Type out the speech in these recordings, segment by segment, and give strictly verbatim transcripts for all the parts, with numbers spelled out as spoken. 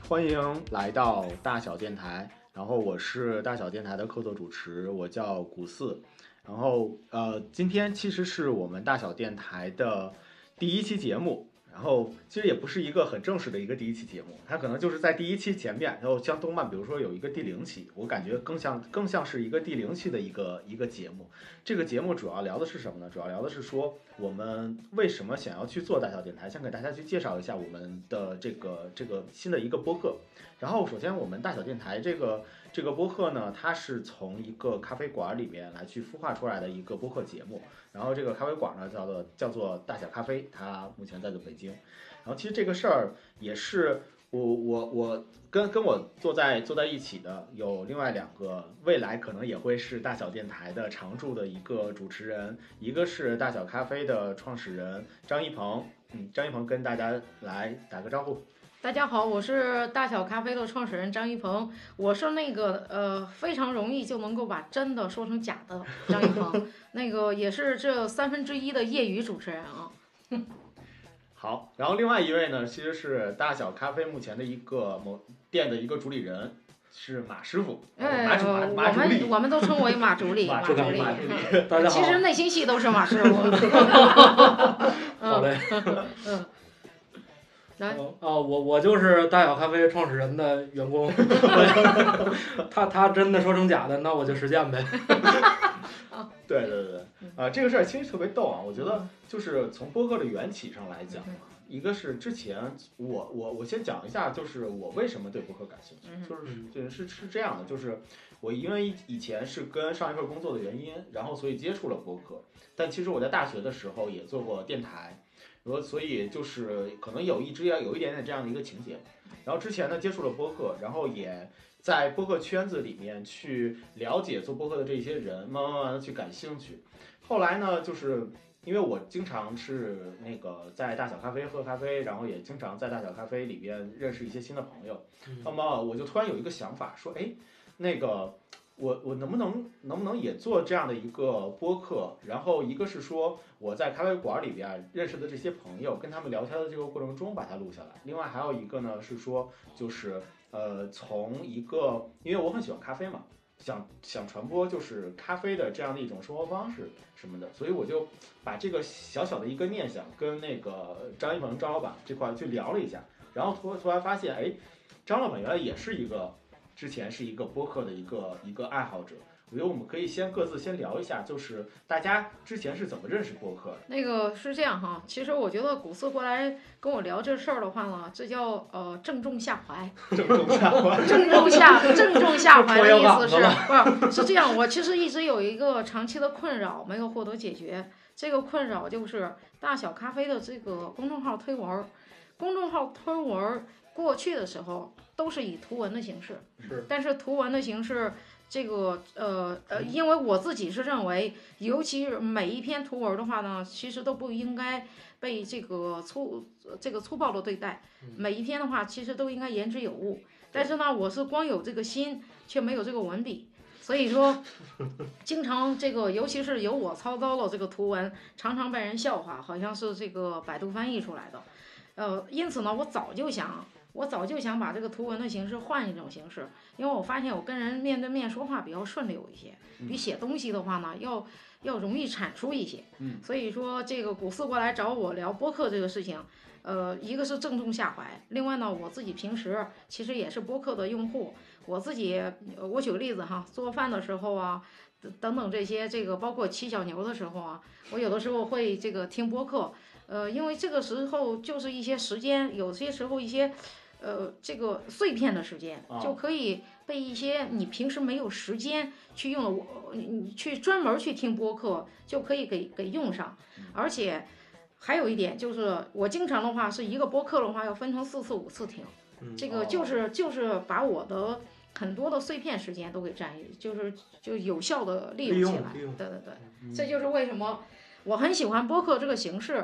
欢迎来到大小电台，然后我是大小电台的客座主持，我叫古四。然后呃，今天其实是我们大小电台的第一期节目，然后其实也不是一个很正式的一个第一期节目，它可能就是在第一期前面，然后像动漫，比如说有一个第零期，我感觉更像更像是一个第零期的一个一个节目。这个节目主要聊的是什么呢？主要聊的是说我们为什么想要去做大小电台，想给大家去介绍一下我们的这个这个新的一个播客。然后首先我们大小电台这个这个播客呢，它是从一个咖啡馆里面来去孵化出来的一个播客节目。然后这个咖啡馆呢叫做叫做大小咖啡，它目前在的北京。然后其实这个事儿也是我我我跟跟我坐在坐在一起的有另外两个未来可能也会是大小电台的常驻的一个主持人，一个是大小咖啡的创始人张一鹏。嗯，张一鹏跟大家来打个招呼。 大家好，我是大小咖啡的创始人张一鹏，我是那个呃非常容易就能够把真的说成假的张一鹏，那个也是这三分之一的业余主持人啊。 好，然后另外一位呢，其实是大小咖啡目前的一个某店的一个主理人，是马师傅。 哎， 马主马马主理， 我们我们都称为马主理， 马主理， 马主理。 大家好。 其实内心戏都是马师傅。 好嘞。 嗯。来啊、哦，我我就是大小咖啡创始人的员工。他他真的说成假的，那我就实践呗。 对对对，啊，这个事儿其实特别逗啊！我觉得就是从播客的缘起上来讲啊，一个是之前我我我先讲一下，就是我为什么对播客感兴趣，就是就是是这样的，就是我因为以前是跟上一份工作的原因，然后所以接触了播客，但其实我在大学的时候也做过电台。所以就是可能有一直要有一点点这样的一个情节，然后之前呢接触了播客，然后也在播客圈子里面去了解做播客的这些人，慢慢慢慢的去感兴趣。后来呢，就是因为我经常是那个在大小咖啡喝咖啡，然后也经常在大小咖啡里边认识一些新的朋友，那么我就突然有一个想法，说，哎，那个。我我能不能能不能也做这样的一个播客？然后一个是说我在咖啡馆里边认识的这些朋友，跟他们聊天的这个过程中把它录下来。另外还有一个呢是说，就是呃从一个，因为我很喜欢咖啡嘛，想想传播就是咖啡的这样的一种生活方式什么的，所以我就把这个小小的一个念想跟那个张一鹏张老板这块去聊了一下，然后突突然发现，哎，张老板原来也是一个。之前是一个播客的一个一个爱好者，我觉得我们可以先各自先聊一下，就是大家之前是怎么认识播客的。 那个是这样哈，其实我觉得古四过来跟我聊这事儿的话呢，这叫呃正中下怀。 正中下怀。 正中下正中下怀的意思是，不是是这样？我其实一直有一个长期的困扰没有获得解决，这个困扰就是大小咖啡的这个公众号推文，公众号推文过去的时候。都是以图文的形式， 是， 但是图文的形式，这个呃呃，因为我自己是认为，尤其是每一篇图文的话呢，其实都不应该被这个粗这个粗暴的对待，每一篇的话其实都应该言之有物。但是呢，我是光有这个心，却没有这个文笔，所以说，经常这个，尤其是由我操刀了这个图文，常常被人笑话，好像是这个百度翻译出来的，呃，因此呢，我早就想。我早就想把这个图文的形式换一种形式，因为我发现我跟人面对面说话比较顺溜一些，比写东西的话呢要要容易阐述一些。 嗯， 所以说这个古四过来找我聊播客这个事情，呃，一个是正中下怀，另外呢，我自己平时其实也是播客的用户，我自己我举个例子哈，做饭的时候啊，等等这些，这个包括骑小牛的时候啊，我有的时候会这个听播客，呃，因为这个时候就是一些时间，有些时候一些。呃，这个碎片的时间就可以被一些你平时没有时间去用的，我你去专门去听播客就可以给给用上，而且还有一点就是，我经常的话是一个播客的话要分成四次五次听，这个就是就是把我的很多的碎片时间都给占用，就是就有效的利用起来。对对对，这就是为什么我很喜欢播客这个形式。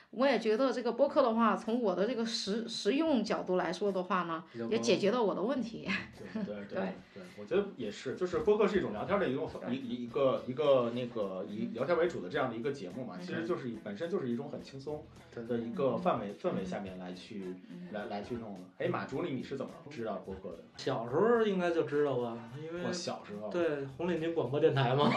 我也觉得这个播客的话，从我的这个实实用角度来说的话呢，也解决了我的问题。 对对对对，我觉得也是，就是播客是一种聊天的一种一一一个一个那个以聊天为主的这样的一个节目嘛，其实就是本身就是一种很轻松的一个范围氛围下面来去来来去弄的。哎，马助理，你是怎么知道播客的？ 小时候应该就知道吧，因为我小时候对红领巾广播电台嘛。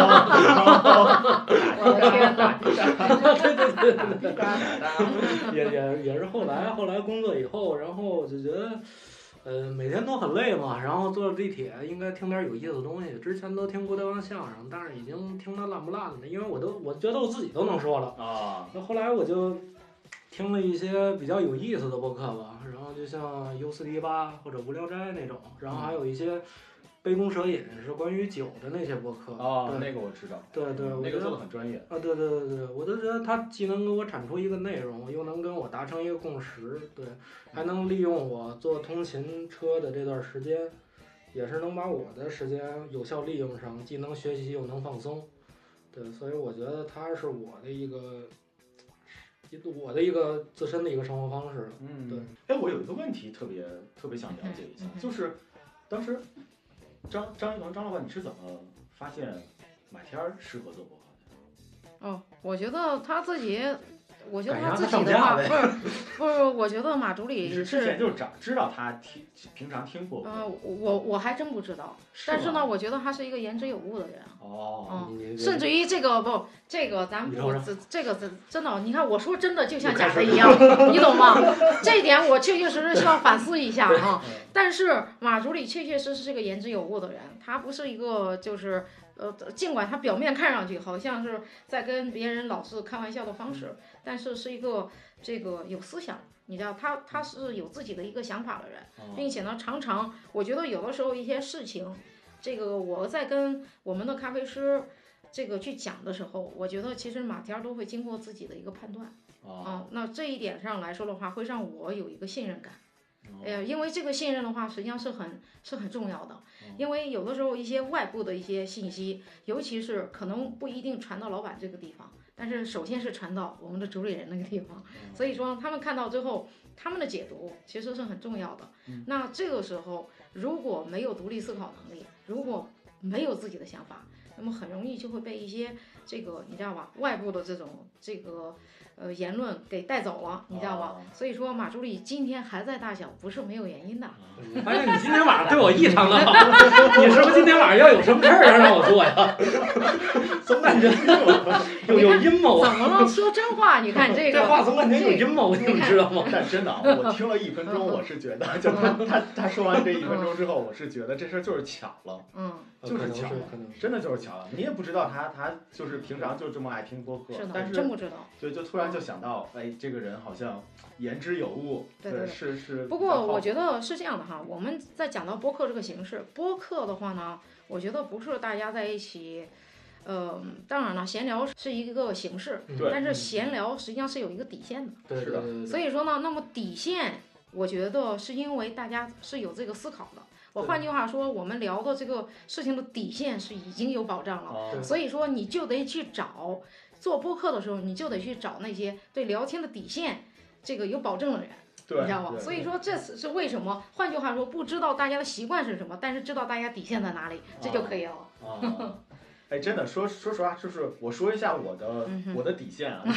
我的天哪！ 对对对对对，也也也是后来后来工作以后，然后就觉得，呃，每天都很累嘛，然后坐地铁应该听点有意思的东西。之前都听郭德纲相声，但是已经听得烂不烂的，因为我都我觉得我自己都能说了啊。 那后来我就听了一些比较有意思的播客吧，然后就像 U 四 D 八或者无聊斋那种，然后还有一些。杯弓蛇影是关于酒的那些播客哦，那个我知道。 对对， 那个做的很专业。 啊，对对对对，我都觉得它既能给我产出一个内容，又能跟我达成一个共识，对，还能利用我坐通勤车的这段时间，也是能把我的时间有效利用上，既能学习又能放松，对，所以我觉得它是我的一个。我的一个自身的一个生活方式， 嗯， 对。 哎，我有一个问题特别特别想了解一下，就是当时张张一龙张老板，你是怎么发现马天儿适合做播客的？哦，我觉得他自己，我觉得他自己的话，不是不是，我觉得马助理是之前就知知道他听平常听播客。 呃，我我还真不知道，但是呢，我觉得他是一个言之有物的人。 哦， 嗯，甚至于这个不，这个咱不，这这个真真的，你看我说真的就像假的一样，你懂吗？这一点我确确实实需要反思一下啊。但是马助理确确实实是个言之有物的人，他不是一个就是呃，尽管他表面看上去好像是在跟别人老是开玩笑的方式，但是是一个这个有思想。你知道他他是有自己的一个想法的人，并且呢，常常我觉得有的时候一些事情。这个我在跟我们的咖啡师这个去讲的时候，我觉得其实马天都会经过自己的一个判断啊、 哦呃，那这一点上来说的话，会让我有一个信任感。呃，因为这个信任的话，实际上是很是很重要的，因为有的时候一些外部的一些信息，尤其是可能不一定传到老板这个地方，但是首先是传到我们的主理人那个地方，所以说他们看到之后，他们的解读其实是很重要的。那这个时候如果没有独立思考能力，如果没有自己的想法，那么很容易就会被一些这个你知道吧，外部的这种这个呃言论给带走了，你知道吧？所以说马助理今天还在大小，不是没有原因的。 我发现你今天晚上对我异常的好，你是不是今天晚上要有什么事儿要让我做呀？总感觉有有阴谋。 怎么了？说真话，你看这个。 这话总感觉有阴谋，你知道吗？ 但真的，我听了一分钟，我是觉得，就他他他说完这一分钟之后，我是觉得这事儿就是巧了， 嗯， 就是巧了，真的就是巧了。你也不知道他他就是平常就这么爱听播客，但是真不知道， 就就突然就想到，哎，这个人好像言之有物， 对对， 是是。 不过我觉得是这样的哈，我们在讲到播客这个形式，播客的话呢，我觉得不是大家在一起。呃，当然了，闲聊是一个形式，但是闲聊实际上是有一个底线的。 对的。 所以说呢，那么底线，我觉得是因为大家是有这个思考的。我换句话说，我们聊的这个事情的底线是已经有保障了， 哦、 所以说你就得去找做播客的时候，你就得去找那些对聊天的底线这个有保证的人。 对， 你知道吗？所以说这是是为什么？换句话说，不知道大家的习惯是什么，但是知道大家底线在哪里，这就可以了。 啊啊哎，真的说说实话，就是我说一下我的、嗯、我的底线啊。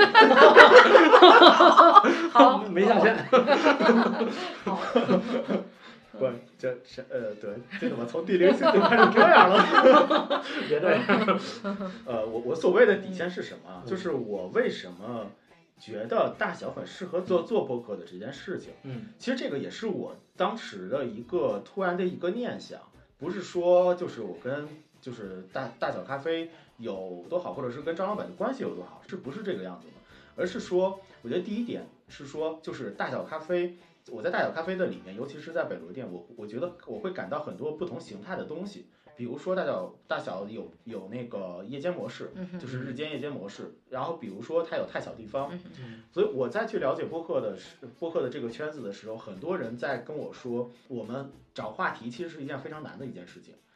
好， 没下线。 好。 不，这这呃，对，这怎么从第零星就开始这样了？ 别这样。 呃，我我所谓的底线是什么？就是我为什么觉得大小很适合做做播客的这件事情。 嗯， 其实这个也是我当时的一个突然的一个念想，不是说就是我跟。就是大大小咖啡有多好，或者是跟张老板的关系有多好，是不是这个样子的？而是说，我觉得第一点是说，就是大小咖啡，我在大小咖啡的里面，尤其是在北罗店，我我觉得我会感到很多不同形态的东西，比如说大小大小有有那个夜间模式，就是日间夜间模式，然后比如说它有太小地方，所以我在去了解播客的播客的这个圈子的时候，很多人在跟我说，我们找话题其实是一件非常难的一件事情。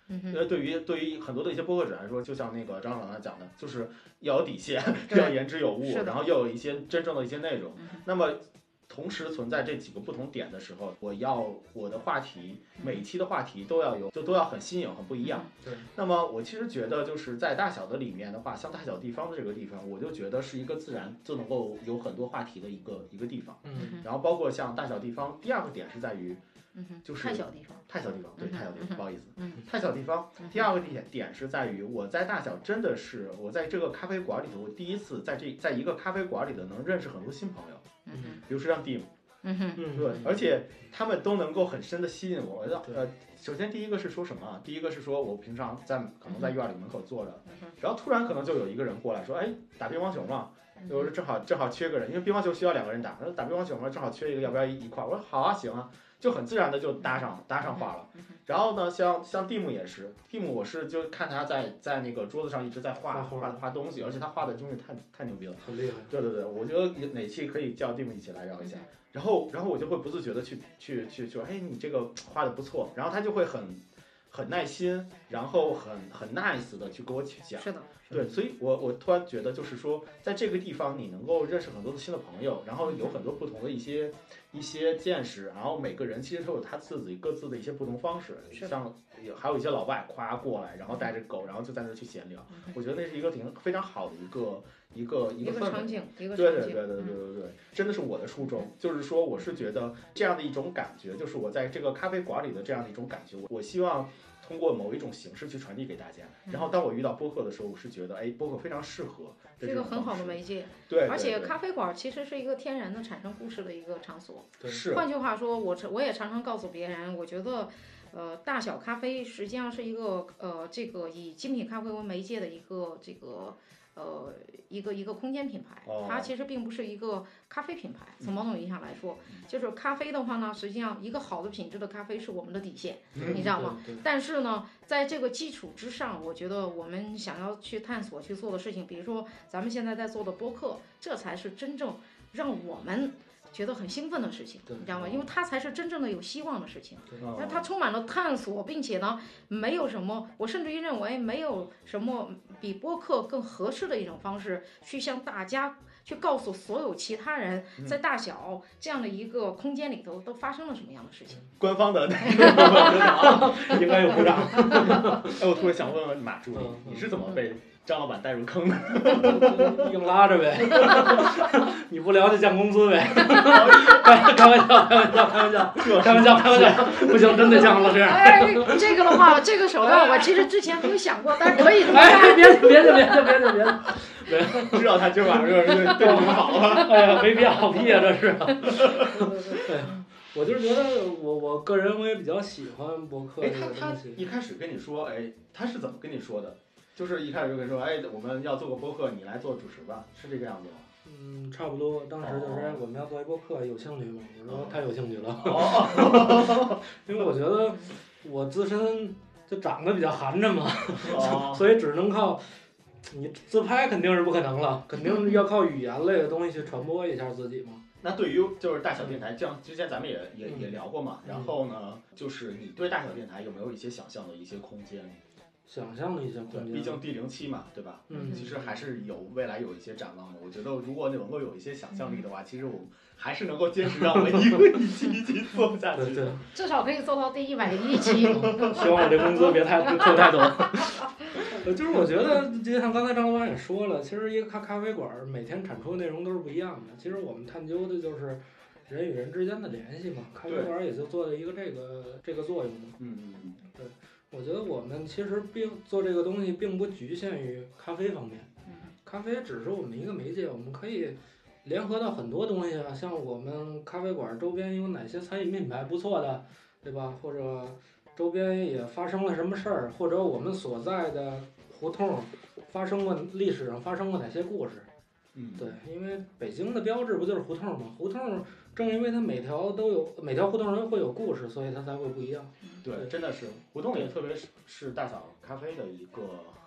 呃，对于对于很多的一些播客者来说，就像那个张老师讲的，就是要有底线，要言之有物，然后要有一些真正的一些内容。那么同时存在这几个不同点的时候，我要我的话题每一期的话题都要有，就都要很新颖、很不一样。 对。 那么我其实觉得就是在大小的里面的话，像大小地方的这个地方，我就觉得是一个自然就能够有很多话题的一个一个地方。 嗯。 然后包括像大小地方，第二个点是在于。就是太小地方， 太小地方，对，太小地方，不好意思， 嗯， 太小地方。第二个点点是在于，我在大小真的是我在这个咖啡馆里头，我第一次在这在一个咖啡馆里头能认识很多新朋友， 嗯， 比如说像 Dim， 嗯哼， 对，而且他们都能够很深的吸引我。呃，首先第一个是说什么啊？第一个是说我平常在可能在院里门口坐着，然后突然可能就有一个人过来说，哎，打乒乓球嘛。我说正好正好缺个人，因为乒乓球需要两个人打，说打乒乓球嘛，正好缺一个，要不要一块？我说好啊，行啊。就很自然的就搭上搭上话了，然后呢，像像蒂姆也是，蒂姆我是就看他在在那个桌子上一直在画画画东西，而且他画的东西太太牛逼了， 很厉害。 对对对，我觉得哪期可以叫蒂姆一起来聊一下，然后然后我就会不自觉的去去去说，哎，你这个画的不错，然后他就会很很耐心，然后很很 nice 的去跟我去讲。 是的。 对，所以我我突然觉得，就是说，在这个地方你能够认识很多的新的朋友，然后有很多不同的一些一些见识，然后每个人其实都有他自己各自的一些不同方式，像还有一些老外夸过来，然后带着狗，然后就在那去闲聊，我觉得那是一个挺非常好的一个一个一个氛围， 场景，一个对对对对对对对，真的是我的初衷，就是说我是觉得这样的一种感觉，就是我在这个咖啡馆里的这样的一种感觉，我希望。通过某一种形式去传递给大家，然后当我遇到播客的时候，我是觉得，哎，播客非常适合， 是一个很好的媒介。 对， 而且咖啡馆其实是一个天然的产生故事的一个场所。 是。 换句话说，我我也常常告诉别人，我觉得，呃，大小咖啡实际上是一个呃，这个以精品咖啡为媒介的一个这个。呃，一个一个空间品牌，它其实并不是一个咖啡品牌。从某种意义上来说，就是咖啡的话呢，实际上一个好的品质的咖啡是我们的底线， 嗯、 你知道吗？ 对对。 但是呢，在这个基础之上，我觉得我们想要去探索去做的事情，比如说咱们现在在做的播客，这才是真正让我们。觉得很兴奋的事情，你知道吗？因为它才是真正的有希望的事情。那它充满了探索，并且呢，没有什么，我甚至于认为没有什么比播客更合适的一种方式，去向大家去告诉所有其他人，在大小这样的一个空间里头都发生了什么样的事情。 官方的那个应该有鼓掌。 哎，我突然想问问马助理，你是怎么被张老板带入坑的？ 硬拉着呗。你不聊就降工资呗。开玩笑，开玩笑，开玩笑，开玩笑，开玩笑，不行，真得降了是。 哎，这个的话，这个手段我其实之前没有想过，但是可以的。 哎，别别别别别别别别， 知道他今晚上对对你们好了。 哎呀，没必要，屁呀，这是。对，我就是觉得我我个人我也比较喜欢播客这个东西。 哎，他他一开始跟你说，哎，他是怎么跟你说的？就是一开始就跟你说，哎，我们要做个播客，你来做主持吧，是这个样子吗？ 嗯，差不多。当时就是我们要做一播客，有兴趣吗？我说太有兴趣了。 哦。 因为我觉得我自身就长得比较寒碜嘛，所以只能靠你自拍肯定是不可能了，肯定要靠语言类的东西去传播一下自己嘛。 那对于就是大小电台，这样之前咱们也也也聊过嘛。然后呢，就是你对大小电台有没有一些想象的一些空间？ 想象的一些空间， 毕竟第零期嘛，对吧？ 嗯， 其实还是有未来有一些展望的。我觉得如果能够有一些想象力的话，其实我们还是能够坚持让我们一个一期一期做下去。 对对， 至少可以做到第一百零一期。 希望我这工资别太扣太多。就是我觉得，就像刚才张老板也说了，其实一个咖咖啡馆每天产出的内容都是不一样的。其实我们探究的就是人与人之间的联系嘛，咖啡馆也就做了一个这个这个作用嘛。 嗯嗯嗯， 对。我觉得我们其实并做这个东西并不局限于咖啡方面，咖啡只是我们一个媒介，我们可以联合到很多东西啊，像我们咖啡馆周边有哪些餐饮品牌不错的，对吧？或者周边也发生了什么事儿，或者我们所在的胡同发生过历史上发生过哪些故事。 嗯， 对，因为北京的标志不就是胡同吗？胡同正因为它每条都有每条胡同都会有故事，所以它才会不一样。 对，真的是胡同也特别是是大小咖啡的一个很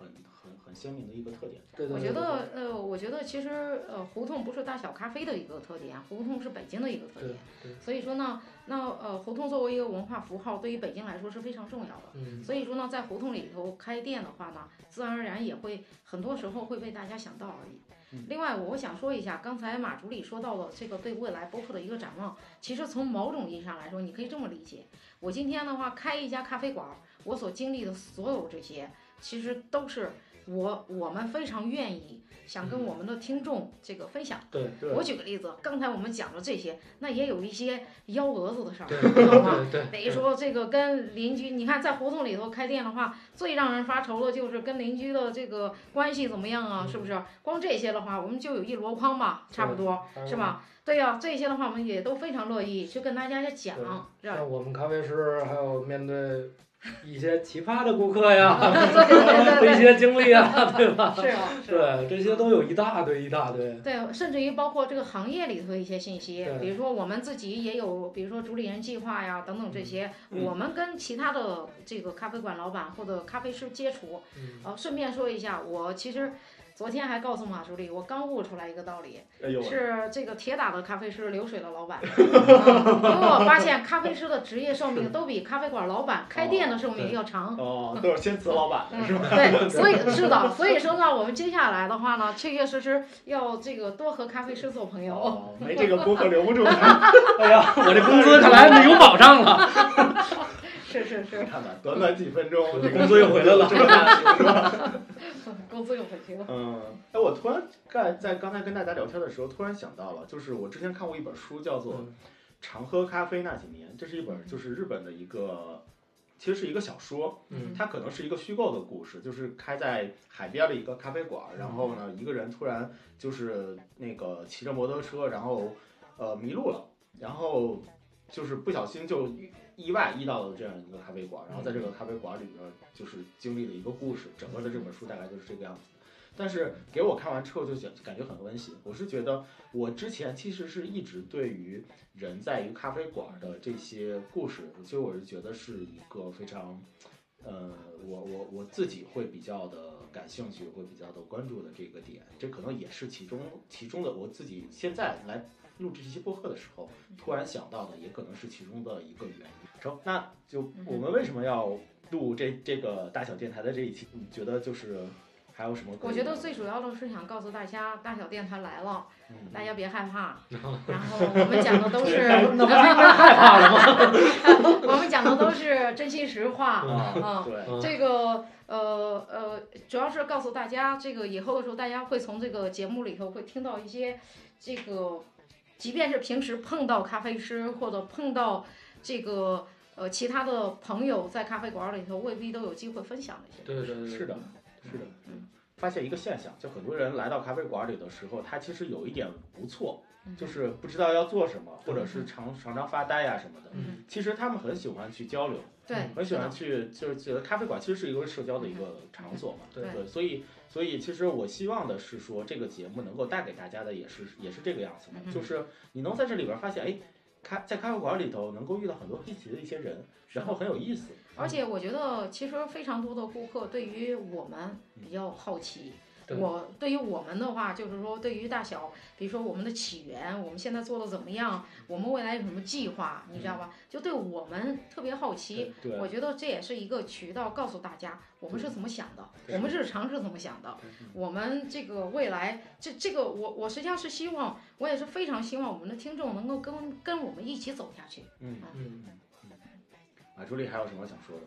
很很鲜明的一个特点。 对对对我觉得呃，我觉得其实呃，胡同不是大小咖啡的一个特点，胡同是北京的一个特点。所以说呢，那呃，胡同作为一个文化符号，对于北京来说是非常重要的。 嗯。 所以说呢，在胡同里头开店的话呢，自然而然也会很多时候会被大家想到而已。另外，我想说一下，刚才马助理说到了这个对未来播客的一个展望。其实从某种意义上来说，你可以这么理解：我今天的话开一家咖啡馆，我所经历的所有这些，其实都是我我们非常愿意想跟我们的听众这个分享。 对对。 我举个例子，刚才我们讲的这些，那也有一些幺蛾子的事儿， 对懂吗？ 对。 比如说这个跟邻居，你看在胡同里头开店的话，最让人发愁的就是跟邻居的这个关系怎么样啊？是不是？光这些的话，我们就有一箩筐吧，差不多，是吧？对呀、啊，这些的话我们也都非常乐意去跟大家讲，是吧？ 像我们咖啡师还有面对一些奇葩的顾客呀， 这些经历啊，对吧？ 是啊， 是对，这些都有一大堆一大堆。 对，甚至于包括这个行业里头的一些信息，比如说我们自己也有，比如说主理人计划呀等等这些， 嗯、 我们跟其他的这个咖啡馆老板或者咖啡师接触。 嗯、 呃，顺便说一下，我其实昨天还告诉马助理，我刚悟出来一个道理， 哎、 是这个铁打的咖啡师流水的老板、嗯，因为我发现咖啡师的职业寿命都比咖啡馆老板开店的寿命要长。 哦，都是先辞老板的、 嗯、 是吧？ 对，所以是的，所以说呢，我们接下来的话呢，确确实实要这个多和咖啡师做朋友。 哦，没这个播客留不住。 哎呀，我这工资看来没有保障了。 是是是， 看看短短几分钟，这工资又回来了， 是吧？ 工资又回去了。 嗯，哎，我突然在在刚才跟大家聊天的时候，突然想到了，就是我之前看过一本书，叫做《常喝咖啡那几年》，这是一本就是日本的一个，其实是一个小说， 嗯， 它可能是一个虚构的故事，就是开在海边的一个咖啡馆，然后呢，一个人突然就是那个骑着摩托车，然后呃迷路了，然后就是不小心就意外遇到了这样一个咖啡馆，然后在这个咖啡馆里边就是经历了一个故事，整个的这本书大概就是这个样子。但是给我看完之后就感觉很温馨，我是觉得我之前其实是一直对于人在一个咖啡馆的这些故事，其实我是觉得是一个非常，呃，我我我自己会比较的感兴趣，会比较的关注的这个点，这可能也是其中其中的我自己现在来录制这期播客的时候突然想到的，也可能是其中的一个原因。成，那就我们为什么要录这这个大小电台的这一期？你觉得就是还有什么？ 我觉得最主要的是想告诉大家，大小电台来了， 嗯、 大家别害怕。然后我们讲的都是， 那不是应该害怕了吗？ 我们讲的都是真心实话啊、 嗯。 对， 这个呃呃，主要是告诉大家，这个以后的时候，大家会从这个节目里头会听到一些这个。即便是平时碰到咖啡师或者碰到这个呃其他的朋友在咖啡馆里头，未必都有机会分享的一些。 对对对， 是的，是的。嗯，发现一个现象，就很多人来到咖啡馆里的时候，他其实有一点不错，就是不知道要做什么，或者是常常常发呆呀、啊、什么的。 嗯， 其实他们很喜欢去交流， 对， 很喜欢去，就是觉得咖啡馆其实是一个社交的一个场所嘛。 对对，所以。所以其实我希望的是说，这个节目能够带给大家的也是也是这个样子的，就是你能在这里边发现，哎，咖在咖啡馆里头能够遇到很多稀奇的一些人，然后很有意思。 而且我觉得其实非常多的顾客对于我们比较好奇。 对我对于我们的话，就是说对于大小，比如说我们的起源，我们现在做的怎么样，我们未来有什么计划，你知道吧？就对我们特别好奇。 对， 我觉得这也是一个渠道，告诉大家我们是怎么想的，我们日常是怎么想的，我们这个未来，这这个我我实际上是希望，我也是非常希望我们的听众能够跟跟我们一起走下去。 嗯嗯嗯。马助理还有什么想说的吗？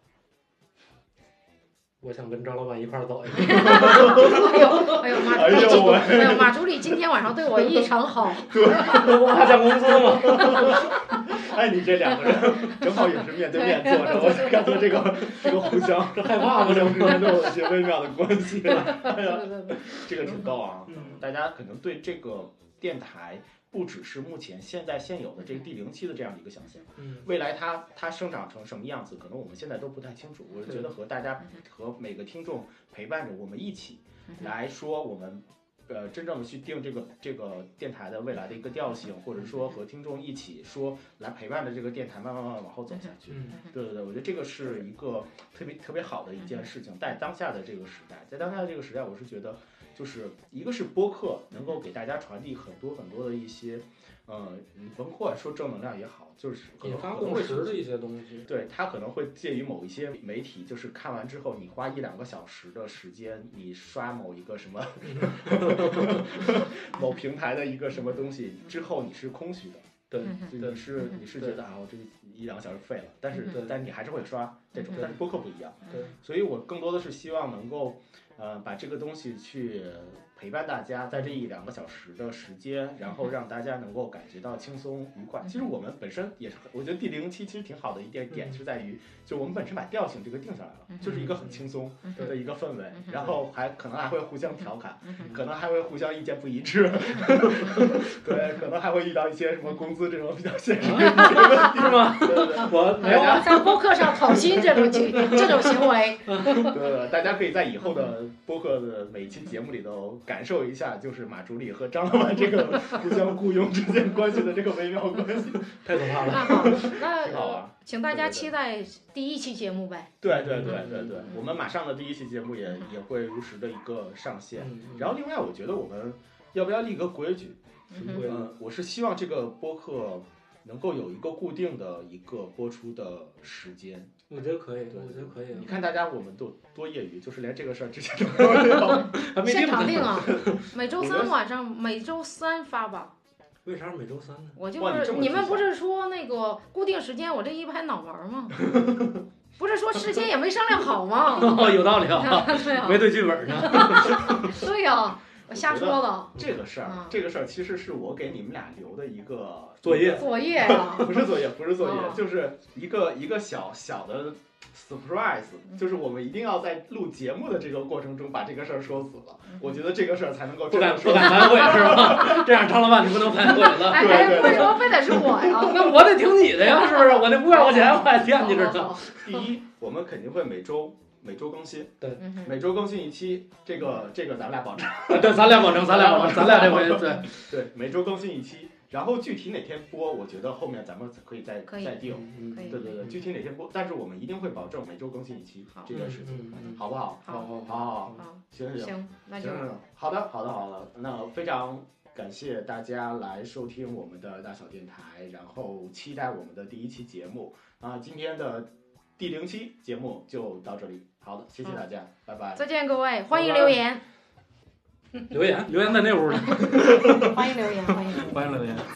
我想跟张老板一块儿走。 哎呦哎呦，马助理今哎呦马助理今天晚上对我异常好。 我还涨工资吗？ 哎，你这两个人正好也是面对面坐着，我就感觉这个这个互相这害怕吗？ 这之间都有一些微妙的关系了。哎呀， 对对对， 这个挺逗啊！ 嗯， 大家可能对这个电台不只是目前现在现有的这个第零期的这样的一个想象， 嗯， 未来它它生长成什么样子，可能我们现在都不太清楚。我觉得和大家和每个听众陪伴着我们一起来说我们呃真正的去定这个这个电台的未来的一个调性，或者说和听众一起说来陪伴着这个电台慢慢慢慢往后走下去。 嗯， 对对对，我觉得这个是一个特别特别好的一件事情，在当下的这个时代，在当下的这个时代，我是觉得就是一个是播客能够给大家传递很多很多的一些。呃，你甭管说正能量也好，就是引发共识的一些东西。 对，它可能会介于某一些媒体，就是看完之后，你花一两个小时的时间，你刷某一个什么某平台的一个什么东西之后，你是空虚的。对，你是你是觉得啊，我这一两个小时废了，但是但你还是会刷这种，但是播客不一样。 对， 所以我更多的是希望能够呃把这个东西去。陪伴大家在这一两个小时的时间，然后让大家能够感觉到轻松愉快。其实我们本身也是，我觉得第零期其实挺好的一点点是在于，就我们本身把调性这个定下来了，就是一个很轻松的一个氛围，然后还可能还会互相调侃，可能还会互相意见不一致，对，可能还会遇到一些什么工资这种比较现实的问题， 是吗？ 对对对， 我没有在播客上讨薪这种行这种行为， 对，大家可以在以后的播客的每期节目里头。感受一下，就是马助理和张老板这个互相雇佣之间关系的这个微妙关系， 太可怕了。 那好，那好啊， 请大家期待第一期节目呗。 对对对对对，我们马上的第一期节目也也会如实的一个上线。然后另外，我觉得我们要不要立个规矩？嗯，我是希望这个播客能够有一个固定的一个播出的时间。 我觉得可以，我觉得可以。 你看大家我们都多业余，就是连这个事儿之前都没有。 现场定啊，每周三晚上，每周三发吧。 为啥是每周三呢？ 我就是你们不是说那个固定时间，我这一拍脑门吗？不是说事先也没商量好吗？ 哦，有道理啊， 对啊， 没对剧本呢。 对呀。我瞎说的。 这个事儿，嗯、这个事儿其实是我给你们俩留的一个作业。 作业啊， 不是作业，不是作业， 哦、 就是一个一个小小的 surprise，、嗯、就是我们一定要在录节目的这个过程中把这个事儿说死了。嗯、我觉得这个事儿才能够不敢不敢反悔是吧？这样张老板你不能反悔了。 哎，对对对，为什么非得是我呀？ 那我得听你的呀，是不是？我那五百块钱我还惦记着呢。 第一，我们肯定会每周。每周更新， 对， 每周更新一期，这个这个咱俩保证， 对，咱俩保证，咱俩保证，咱俩这回对对，每周更新一期，然后具体哪天播，我觉得后面咱们可以再再定，对对对，具体哪天播，但是我们一定会保证每周更新一期这件事情，好不好？ 好， 好，好，好，行行行，那就好的，好的，好的，那非常感谢大家来收听我们的大小电台，然后期待我们的第一期节目啊，今天的第零期节目就到这里。好的，谢谢大家，嗯、拜拜。 再见，各位，欢迎留言。 留言，留言在那屋呢。 欢迎留言，欢迎留言。 欢迎留言。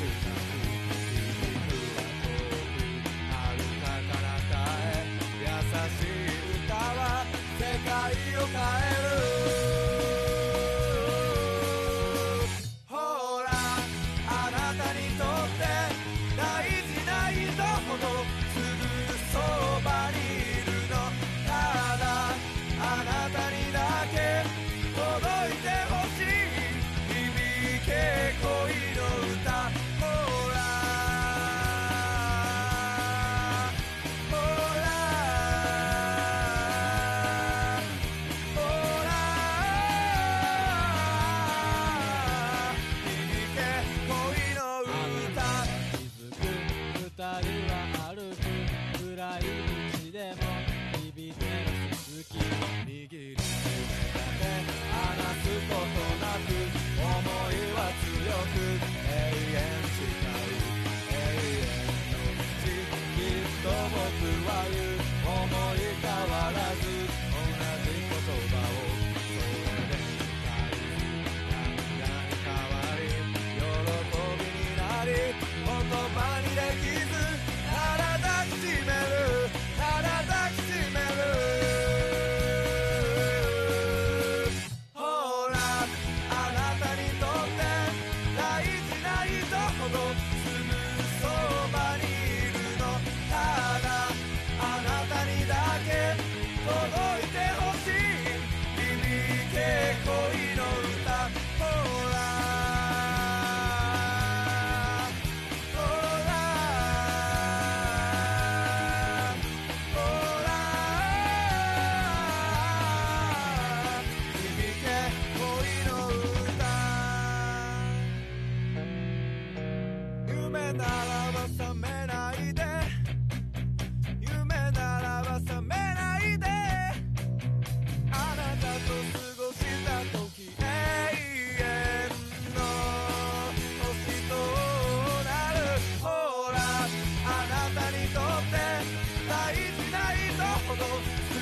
優ほど